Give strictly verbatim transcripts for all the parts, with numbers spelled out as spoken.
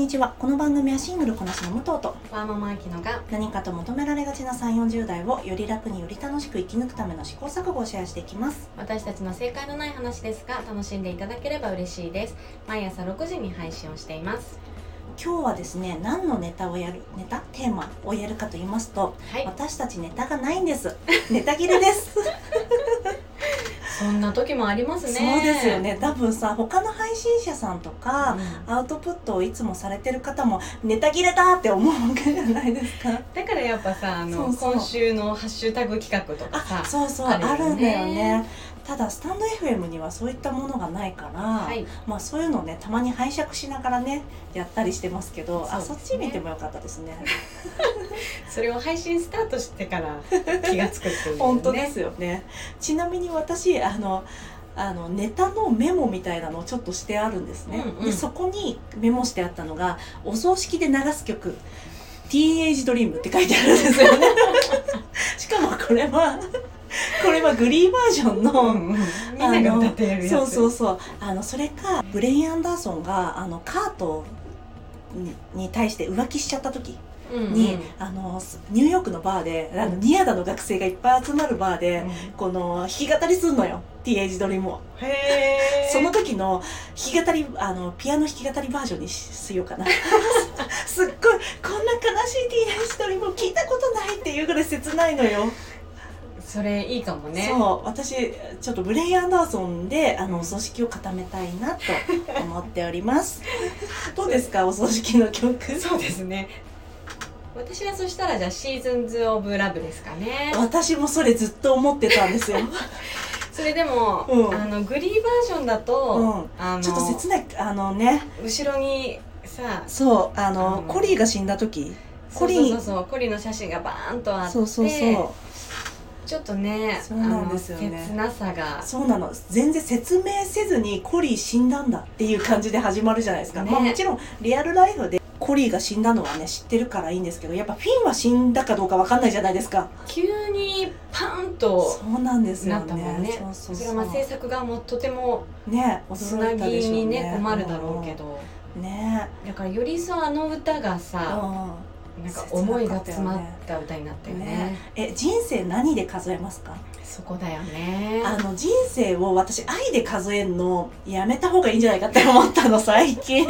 ちは。この番組はシングルこなしの武藤とワーママアキノが何かと求められがちなさんじゅう、よんじゅう代をより楽により楽しく生き抜くための試行錯誤をシェアしていきます。 私たちの正解のない話ですが楽しんでいただければ嬉しいです。毎朝ろくじに配信をしています。 今日はですね、何のネタをやるネタテーマをやるかと言いますと、 はい、 私たちネタがないんです。ネタ切れですそんな時もありますね。 そうですよね。多分さ、他の配信者さんとか、 うん、 アウトプットをいつもされてる方もネタ切れだって思うわけじゃないですか。 だからやっぱさあのそうそう今週のハッシュタグ企画とかさあ、そうそう、 あるよね。 あるんだよね。ただスタンド エフエム にはそういったものがないから、 はい、 まあそういうのをねたまに拝借しながらねやったりしてますけど、 そうですね、 あ、そっち見てもよかったですねそれを配信スタートしてから気がつくっていうね本当ですよね。ちなみに私あのあのネタのメモみたいなのをちょっとしてあるんですね、 うんうん、 でそこにメモしてあったのがお葬式で流す曲ティーンエイジドリームって書いてあるんですよねしかもこれはこれはグリーバージョンの、 うんうん、みんなが歌ってやるやつ。 そうそうそう、あのそれかブレイン・アンダーソンがあのカート に, に対して浮気しちゃった時に、うんうん、あのニューヨークのバーであのニアダの学生がいっぱい集まるバーで、うん、この弾き語りすんのよ、ティーンエイジドリームを。 へー、 その時の弾き語り、あのピアノ弾き語りバージョンにしようかなすっごいこんな悲しいティーンエイジドリームを聞いたことないっていうぐらい切ないのよ。 それいいかもね。 そう、私ちょっとブレイン・アンダーソンであのお葬式を固めたいなと思っておりますどうですか、お葬式の曲。 そうですね、私はそしたらじゃあシーズンズ・オブ・ラブですかね。 私もそれずっと思ってたんですよそれでも、うん、あのグリーバージョンだと、うん、あのちょっと切ない、あのね、 後ろにさ、 そうあの、うん、コリーが死んだ時、 コリー、そうそうそう、コリーの写真がバーンとあって、そうそうそう、ちょっとね、 そうなんですよね、 切なさが、 そうなの、全然説明せずにコリー死んだんだっていう感じで始まるじゃないですか、ね、まあ、もちろんリアルライフでコリーが死んだのはね知ってるからいいんですけど、やっぱフィンは死んだかどうか分かんないじゃないですか。 急にパンとそうなんですよね、 なったもんね。 そうそうそう、 それはまあ制作側もとてもね、 つなぎにね困るだろうけど、 ね、 だからよりそうあの歌がさ、うん、なんか思いが詰まった歌になったよね。ね、 え、人生何で数えますか。 そこだよね。 あの人生を私愛で数えるのやめた方がいいんじゃないかって思ったの最近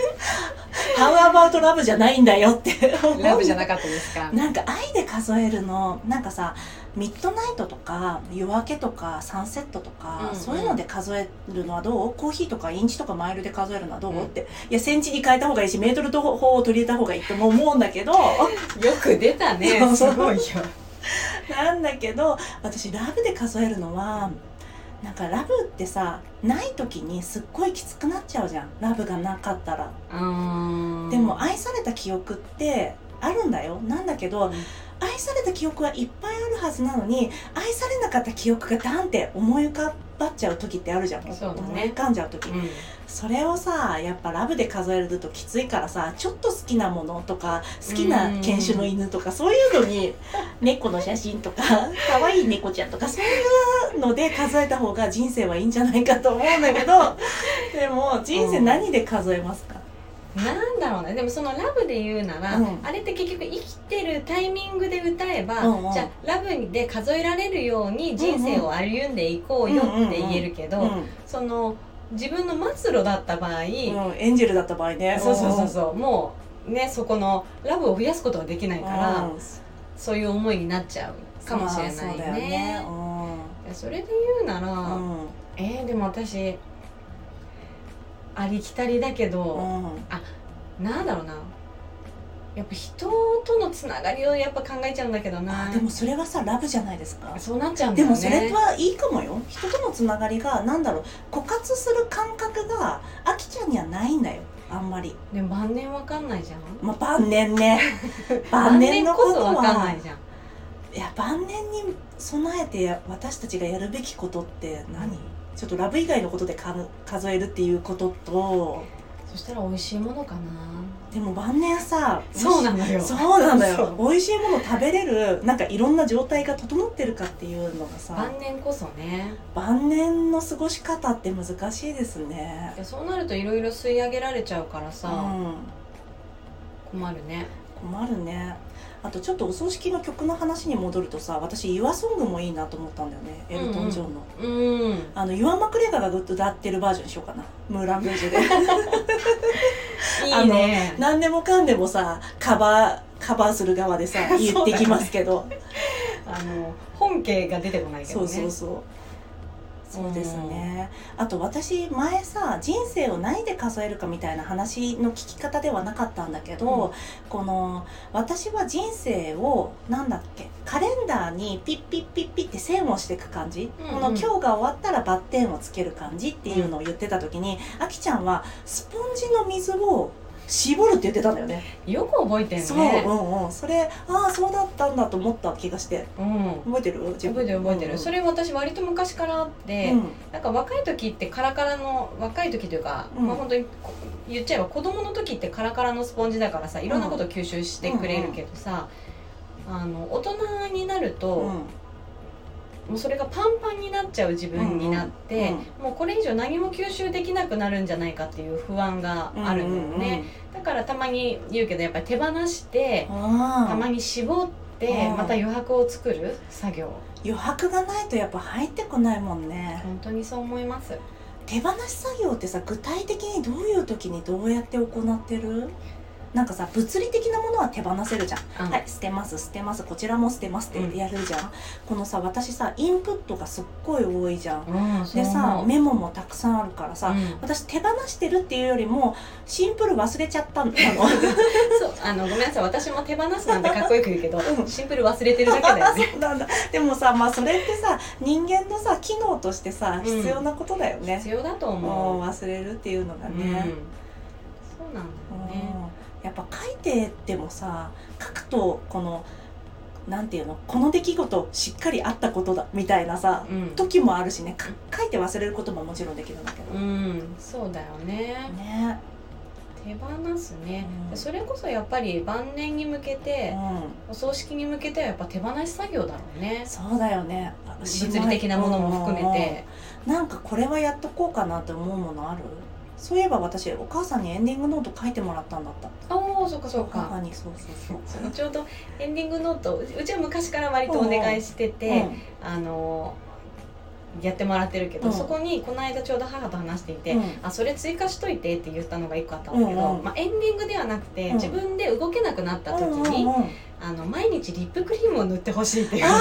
How about love じゃないんだよってラブじゃなかったですか。 なんか愛で数えるの、なんかさ、ミッドナイトとか夜明けとかサンセットとか、うんうん、そういうので数えるのはどう？コーヒーとかインチとかマイルで数えるのはどう？うん、って、いやセンチに変えた方がいいしメートル法を取り入れた方がいいとも思うんだけどよく出たねすごいよなんだけど私ラブで数えるのは、なんかラブってさない時にすっごいきつくなっちゃうじゃん、ラブがなかったら。 うーん、 でも愛された記憶ってあるんだよ。なんだけど、うん、愛された記憶はいっぱいあるはずなのに愛されなかった記憶がダンって思い浮かばっちゃう時ってあるじゃん。 そうだね、 思い浮かんじゃう時、うん、それをさやっぱラブで数えるときついからさ、ちょっと好きなものとか好きな犬種の犬とかそういうのに猫の写真とか可愛い猫ちゃんとかそういうので数えた方が人生はいいんじゃないかと思うんだけどでも人生何で数えますか。 なんだろうね。でもそのラブで言うなら、うん、あれって結局生きてるタイミングで歌えば、うんうん、じゃあラブで数えられるように人生を歩んでいこうよって言えるけど、その自分の末路だった場合、うん、 エンジェルだった場合ね、 そうそうそうそう、もうねそこのラブを増やすことはできないから、うん、そういう思いになっちゃうかもしれないね。そうだよね、うん、それで言うなら、うん、えー、でも私ありきたりだけど、うん、あ、なんだろうな、やっぱ人とのつながりをやっぱ考えちゃうんだけどな。 あ、でもそれはさラブじゃないですか。 そうなっちゃうんだよね。 でもそれはいいかもよ。人とのつながりがなんだろう、枯渇する感覚があきちゃんにはないんだよ、あんまり。 でも晩年わかんないじゃん。 まあ晩年ね晩年のことは晩年こそわかんないじゃん。 いや晩年に備えて私たちがやるべきことって何、うん、ちょっとラブ以外のことでか数えるっていうことと、 そしたら美味しいものかな。 でも晩年さ、 そうなのよ、 そうなのよ、美味しいもの食べれるなんかいろんな状態が整ってるかっていうのがさ、 晩年こそね、 晩年の過ごし方って難しいですね。 そうなるといろいろ吸い上げられちゃうからさ、 困るね。 困るね。あとちょっとお葬式の曲の話に戻るとさ、私 YourSong もいいなと思ったんだよね、エルトン・ジョンの、 うんうん、 あのユアン・マクレガーが歌ってるバージョンにしようかな、ムーラン・ルージュでいいね。 あの何でもかんでもさカバーカバーする側でさ言ってきますけどあの本家が出てこないけどね。 そうそうそう、そうですね。あと私前さ人生を何で数えるかみたいな話の聞き方ではなかったんだけど、うん、この私は人生をなんだっけカレンダーにピッピッピッピッって線をしていく感じ、うんうん、この今日が終わったらバッテンをつける感じっていうのを言ってた時に、あきちゃんはスポンジの水を絞るって言ってたんだよね。 よく覚えてるね。 そう、うんうん、それああそうだったんだと思った気がして、うん、覚えてる？ 覚えてる覚えてる、うん、それ私割と昔からあって、うん、なんか若い時ってカラカラの若い時というか、うん、まあ本当に言っちゃえば子供の時ってカラカラのスポンジだからさ、いろんなことを吸収してくれるけどさ、うんうん、あの大人になると、うん、もうそれがパンパンになっちゃう自分になって、うんうんうん、もうこれ以上何も吸収できなくなるんじゃないかっていう不安があるのよね、うんうんうん、だからたまに言うけどやっぱり手放してたまに絞ってまた余白を作る作業。 余白がないとやっぱ入ってこないもんね。 本当にそう思います。 手放し作業ってさ具体的にどういう時にどうやって行ってる？なんかさ物理的なものは手放せるじゃん、うん、はい捨てます捨てますこちらも捨てますってやるじゃん、うん、このさ私さインプットがすっごい多いじゃん、うん、でさメモもたくさんあるからさ、うん、私手放してるっていうよりもシンプル忘れちゃったのそうあのごめんなさい、私も手放すなんてかっこよく言うけど、うん、シンプル忘れてるだけだよねそうなんだ。でもさ、まあ、それってさ人間のさ機能としてさ必要なことだよね、 必要だと思う。 忘れるっていうのがね、 そうなんだよね。 やっぱ書いてってもさ書くとこのなんていうのこの出来事しっかりあったことだみたいなさ、うん、時もあるしね書いて忘れることももちろんできるんだけど、 うん、そうだよね。 ね手放すね、うん、それこそやっぱり晩年に向けて、うん、お葬式に向けてはやっぱ手放し作業だろうね。 そうだよね。 物理的なものも含めて、 うん、なんかこれはやっとこうかなって思うものある？そういえば私お母さんにエンディングノート書いてもらったんだった。 ああそうかそうか。 母にそうそうそうちょうどエンディングノートうちは昔から割とお願いしてて、うん、あのやってもらってるけど、うん、そこにこの間ちょうど母と話していて、うん、あそれ追加しといてって言ったのがいっこあったんだけど、うんうん、まあ、エンディングではなくて、うん、自分で動けなくなった時に、うんうんうん、あの毎日リップクリームを塗ってほしいっていう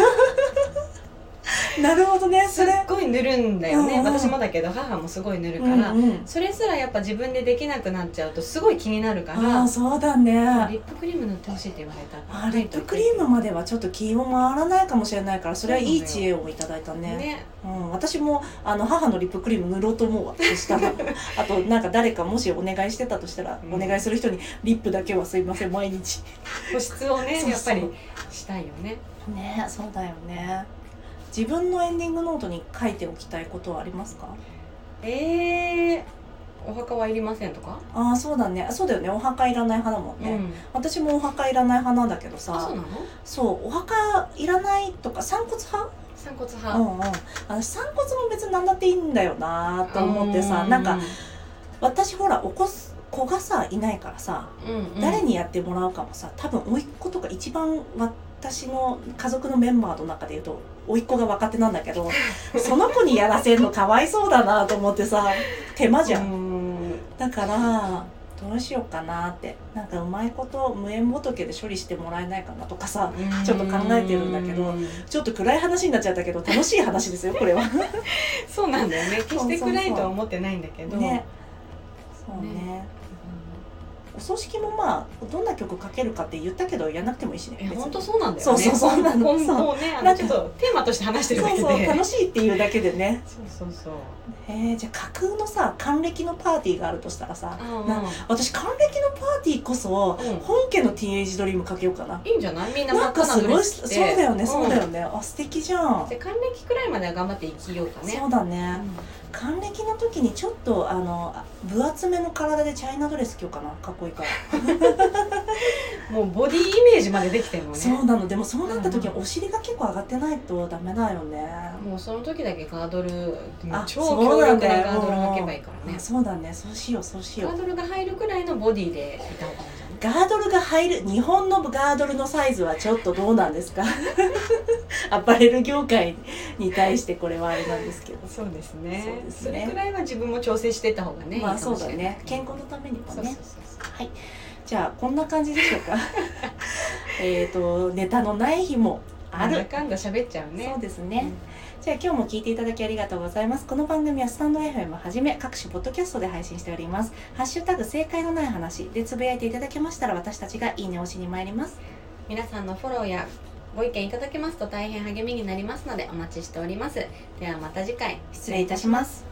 なるほどね。 すっごい塗るんだよね、うんうん、私もだけど母もすごい塗るから、うんうん、それすらやっぱ自分でできなくなっちゃうとすごい気になるから。 あそうだね。 リップクリーム塗ってほしいって言われた。 あリップクリームまではちょっと気も回らないかもしれないから、それはいい知恵をいただいたね。ね、うん、私もあの母のリップクリーム塗ろうと思うわ。そしたらあとなんか誰かもしお願いしてたとしたら、うん、お願いする人にリップだけはすいません毎日保湿をねやっぱりしたいよね。 ねそうだよね。自分のエンディングノートに書いておきたいことはありますか？ えー、お墓はいりませんとか？ ああそうだね。そうだよね。お墓いらない派だもんね、うん、私もお墓いらない派なんだけどさ。 あそうなの？ そうお墓いらないとか散骨派？ 散骨派。 うんうん。あの散骨も別に何だっていいんだよなと思ってさ、なんか私ほらおこす子がさいないからさ、うんうん、誰にやってもらうかもさ多分甥っ子とか一番私の家族のメンバーの中でいうと甥っ子が若手なんだけどその子にやらせるのかわいそうだなと思ってさ手間じゃん。うんだからどうしようかなってなんかうまいこと無縁仏で処理してもらえないかなとかさちょっと考えてるんだけど、ちょっと暗い話になっちゃったけど楽しい話ですよこれはそうなんだよね。決して暗いとは思ってないんだけどね。そうね、ねお葬式もまあどんな曲かけるかって言ったけどやんなくてもいいしね。 本当そうなんだよね。 そうそうそうなの。 もうねあのちょっとテーマとして話してるだけで。 そうそう楽しいっていうだけでね。 そうそうそう。 えー、じゃあ架空のさ還暦のパーティーがあるとしたらさ、うんうん、な私還暦のパーティーこそ、うん、本家のティーンエイジドリームかけようかな。 いいんじゃない？みんな真っ赤なドレス着て。 そうだよねそうだよね、うん、あ素敵じゃん。 じゃあ還暦くらいまでは頑張って生きようかね。 そうだね、うん還暦の時にちょっとあの分厚めの体でチャイナドレス着ようかな。かっこいいからもうボディイメージまでできてるのね。 そうなの。でもそうなった時にお尻が結構上がってないとダメだよね、 うん、もうその時だけガードル超強力なガードル履けばいいからね。 そうだねそうしようそうしよう。 ガードルが入るくらいのボディでいた方がいいんじゃない？ ガードルが入る日本のガードルのサイズはちょっとどうなんですかアパレル業界に対してこれはあれなんですけど。 そうですね。 そうですね。 それくらいは自分も調整していった方がね、 まあいいかもしれない。 そうだね。健康のためにもね。 そうそうそうそう。 はい。じゃあこんな感じでしょうか。えっとネタのない日もある。 なんだかんだ喋っちゃうね。 そうですね。うん、じゃあ今日も聞いていただきありがとうございます。この番組はスタンド エフエム はじめ各種ポッドキャストで配信しております。ハッシュタグ正解のない話でつぶやいていただけましたら私たちがいいね押しに参ります。 皆さんのフォローやご意見いただけますと大変励みになりますのでお待ちしております。ではまた次回失礼いたします。